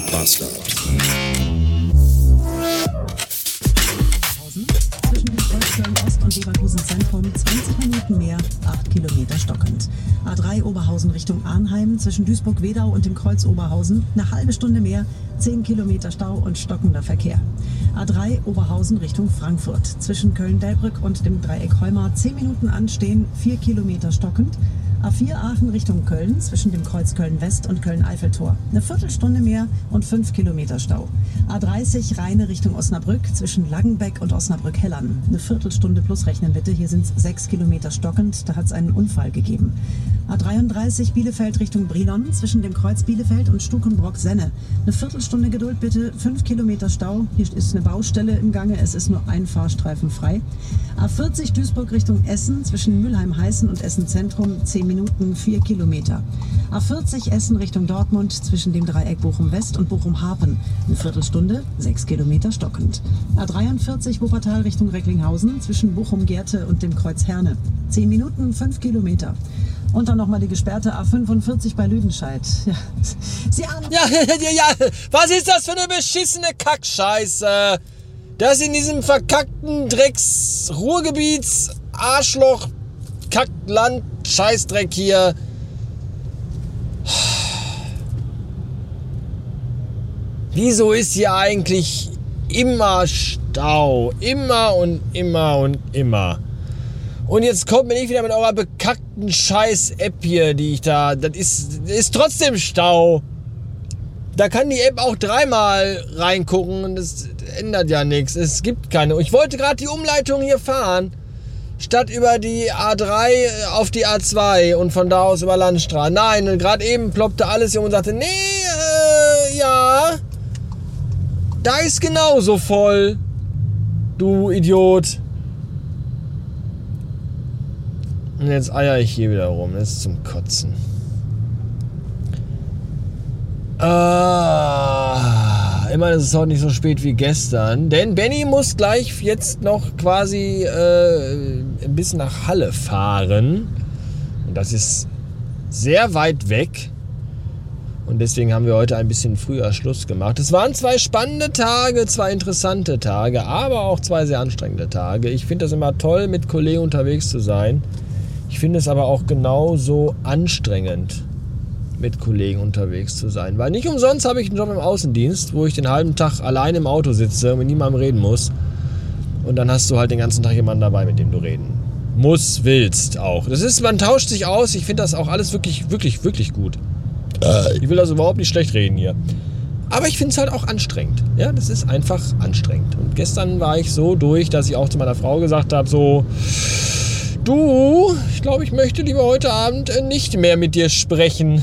Bastard. Zwischen dem Kreuzköln Ost und Leverkusen Zentrum 20 Minuten mehr, 8 Kilometer stockend. A3 Oberhausen Richtung Arnheim zwischen Duisburg-Wedau und dem Kreuz Oberhausen eine halbe Stunde mehr, 10 Kilometer Stau und stockender Verkehr. A3 Oberhausen Richtung Frankfurt zwischen Köln-Delbrück und dem Dreieck Heumar 10 Minuten anstehen, 4 Kilometer stockend. A4 Aachen Richtung Köln zwischen dem Kreuz Köln-West und Köln-Eiffeltor. Eine Viertelstunde mehr und 5 Kilometer Stau. A30 Rheine Richtung Osnabrück zwischen Langenbeck und Osnabrück-Hellern. Eine Viertelstunde plus rechnen bitte. Hier sind es 6 Kilometer stockend. Da hat es einen Unfall gegeben. A33 Bielefeld Richtung Brilon zwischen dem Kreuz Bielefeld und Stukenbrock-Senne. Eine Viertelstunde Geduld bitte. 5 Kilometer Stau. Hier ist eine Baustelle im Gange. Es ist nur ein Fahrstreifen frei. A40 Duisburg Richtung Essen zwischen Mülheim-Heißen und Essen Zentrum 10 Minuten, 4 Kilometer. A40 Essen Richtung Dortmund zwischen dem Dreieck Bochum-West und Bochum-Hapen. Eine Viertelstunde, 6 Kilometer stockend. A43 Wuppertal Richtung Recklinghausen zwischen Bochum-Gerte und dem Kreuz Herne. 10 Minuten, 5 Kilometer. Und dann nochmal die gesperrte A45 bei Lüdenscheid. Ja, Sie ahnen... Ja, was ist das für eine beschissene Kackscheiße? Das in diesem verkackten Drecks-Ruhrgebiets Arschloch Kackland Scheißdreck hier. Wieso ist hier eigentlich immer Stau? Immer und immer und immer. Und jetzt kommt mir nicht wieder mit eurer bekackten Scheiß-App hier, die ich da... Das ist trotzdem Stau. Da kann die App auch 3-mal reingucken und das ändert ja nichts. Es gibt keine. Ich wollte gerade die Umleitung hier fahren. Statt über die A3 auf die A2 und von da aus über Landstraße. Nein, und gerade eben ploppte alles hier und sagte, nee, ja, da ist genauso voll, du Idiot. Und jetzt eier ich hier wieder rum, das ist zum Kotzen. Immerhin ist es heute nicht so spät wie gestern, denn Benny muss gleich jetzt noch quasi ein bisschen nach Halle fahren. Und das ist sehr weit weg. Und deswegen haben wir heute ein bisschen früher Schluss gemacht. Es waren 2 spannende Tage, 2 interessante Tage, aber auch 2 sehr anstrengende Tage. Ich finde das immer toll, mit Kollegen unterwegs zu sein. Ich finde es aber auch genauso anstrengend, mit Kollegen unterwegs zu sein. Weil nicht umsonst habe ich einen Job im Außendienst, wo ich den halben Tag allein im Auto sitze und mit niemandem reden muss. Und dann hast du halt den ganzen Tag jemanden dabei, mit dem du reden willst auch. Das ist, man tauscht sich aus. Ich finde das auch alles wirklich, wirklich, wirklich gut. Ich will also überhaupt nicht schlecht reden hier. Aber ich finde es halt auch anstrengend. Ja, das ist einfach anstrengend. Und gestern war ich so durch, dass ich auch zu meiner Frau gesagt habe, so... Du, ich glaube, ich möchte lieber heute Abend nicht mehr mit dir sprechen.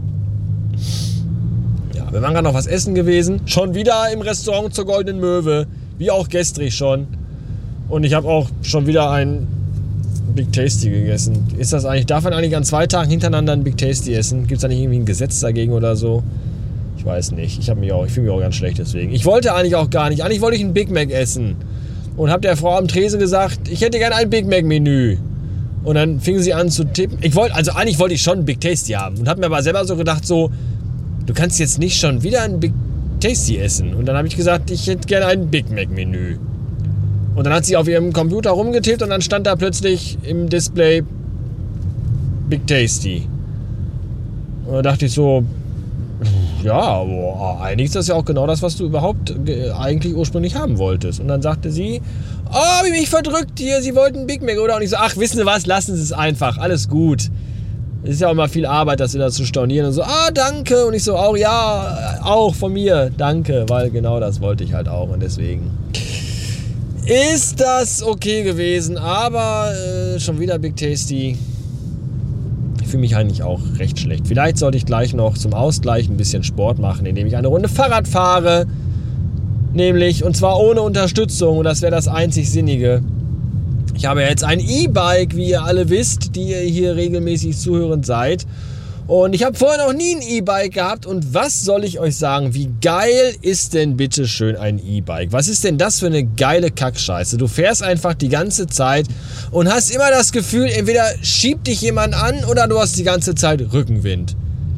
Ja, wir waren gerade noch was essen gewesen. Schon wieder im Restaurant zur Goldenen Möwe. Wie auch gestrig schon. Und ich habe auch schon wieder ein Big Tasty gegessen. Ist das eigentlich, darf man eigentlich an 2 Tagen hintereinander ein Big Tasty essen? Gibt es da nicht irgendwie ein Gesetz dagegen oder so? Ich weiß nicht. Ich fühle mich auch ganz schlecht deswegen. Ich wollte eigentlich auch gar nicht. Eigentlich wollte ich ein Big Mac essen. Und habe der Frau am Tresen gesagt, ich hätte gerne ein Big Mac Menü. Und dann fing sie an zu tippen. Eigentlich wollte ich schon ein Big Tasty haben. Und habe mir aber selber so gedacht, so, du kannst jetzt nicht schon wieder ein Big Tasty essen. Und dann habe ich gesagt, ich hätte gerne ein Big Mac Menü. Und dann hat sie auf ihrem Computer rumgetippt und dann stand da plötzlich im Display Big Tasty. Und dann dachte ich so, ja, aber eigentlich ist das ja auch genau das, was du überhaupt eigentlich ursprünglich haben wolltest. Und dann sagte sie, oh, hab ich mich verdrückt hier, sie wollten Big Mac, oder? Und ich so, ach, wissen Sie was, lassen Sie es einfach, alles gut. Es ist ja auch immer viel Arbeit, das wieder zu stornieren. Und so, danke. Und ich so, auch, ja, auch von mir, danke, weil genau das wollte ich halt auch. Und deswegen ist das okay gewesen, aber schon wieder Big Tasty. Ich fühle mich eigentlich auch recht schlecht. Vielleicht sollte ich gleich noch zum Ausgleich ein bisschen Sport machen, indem ich eine Runde Fahrrad fahre. Nämlich, und zwar ohne Unterstützung. Und das wäre das einzig Sinnige. Ich habe jetzt ein E-Bike, wie ihr alle wisst, die ihr hier regelmäßig zuhörend seid. Und ich habe vorher noch nie ein E-Bike gehabt. Und was soll ich euch sagen? Wie geil ist denn bitte schön ein E-Bike? Was ist denn das für eine geile Kackscheiße? Du fährst einfach die ganze Zeit und hast immer das Gefühl, entweder schiebt dich jemand an oder du hast die ganze Zeit Rückenwind.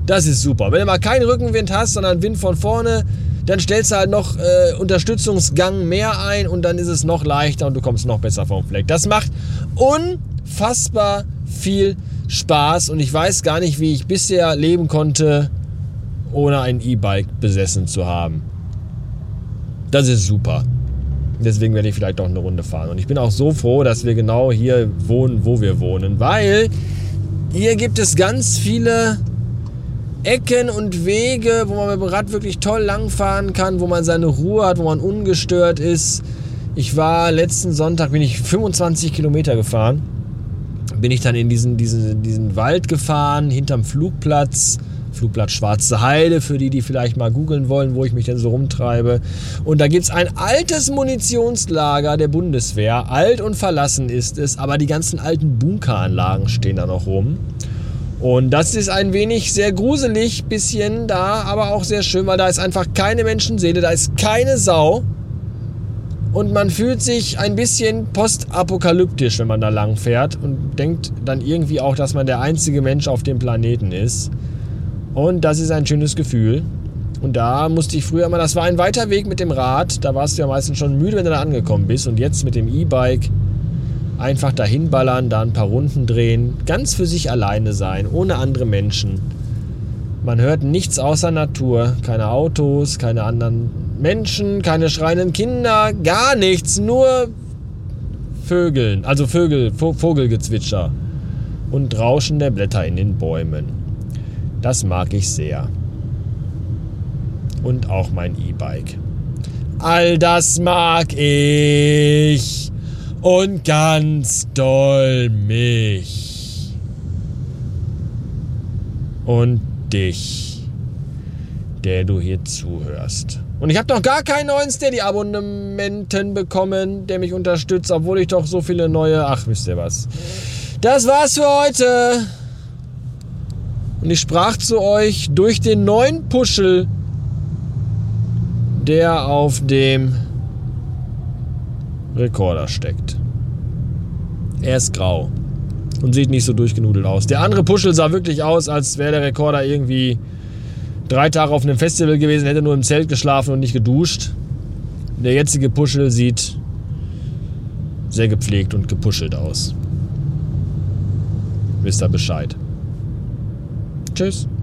Das ist super. Wenn du mal keinen Rückenwind hast, sondern Wind von vorne, dann stellst du halt noch Unterstützungsgang mehr ein und dann ist es noch leichter und du kommst noch besser vom Fleck. Das macht unfassbar viel Spaß und ich weiß gar nicht, wie ich bisher leben konnte, ohne ein E-Bike besessen zu haben. Das ist super. Deswegen werde ich vielleicht auch eine Runde fahren. Und ich bin auch so froh, dass wir genau hier wohnen, wo wir wohnen, weil hier gibt es ganz viele Ecken und Wege, wo man mit dem Rad wirklich toll langfahren kann, wo man seine Ruhe hat, wo man ungestört ist. Ich war letzten Sonntag, bin ich 25 Kilometer gefahren. Bin ich dann in diesen Wald gefahren, hinterm Flugplatz Schwarze Heide, für die vielleicht mal googeln wollen, wo ich mich denn so rumtreibe. Und da gibt es ein altes Munitionslager der Bundeswehr. Alt und verlassen ist es, aber die ganzen alten Bunkeranlagen stehen da noch rum. Und das ist ein wenig sehr gruselig, bisschen da, aber auch sehr schön, weil da ist einfach keine Menschenseele, da ist keine Sau. Und man fühlt sich ein bisschen postapokalyptisch, wenn man da lang fährt und denkt dann irgendwie auch, dass man der einzige Mensch auf dem Planeten ist. Und das ist ein schönes Gefühl. Und da musste ich früher immer, das war ein weiter Weg mit dem Rad, da warst du ja meistens schon müde, wenn du da angekommen bist. Und jetzt mit dem E-Bike einfach dahin ballern, da ein paar Runden drehen, ganz für sich alleine sein, ohne andere Menschen. Man hört nichts außer Natur, keine Autos, keine anderen Menschen, keine schreienden Kinder, gar nichts, nur Vögeln, also Vogelgezwitscher und Rauschen der Blätter in den Bäumen. Das mag ich sehr. Und auch mein E-Bike. All das mag ich. Und ganz doll mich. Und dich, der du hier zuhörst. Und ich habe noch gar keinen neuen Steady-Abonnementen bekommen, der mich unterstützt, obwohl ich doch so viele neue... Ach, wisst ihr was. Das war's für heute. Und ich sprach zu euch durch den neuen Puschel, der auf dem Rekorder steckt. Er ist grau und sieht nicht so durchgenudelt aus. Der andere Puschel sah wirklich aus, als wäre der Rekorder irgendwie 3 Tage auf einem Festival gewesen, hätte nur im Zelt geschlafen und nicht geduscht. Der jetzige Puschel sieht sehr gepflegt und gepuschelt aus. Wisst ihr Bescheid. Tschüss.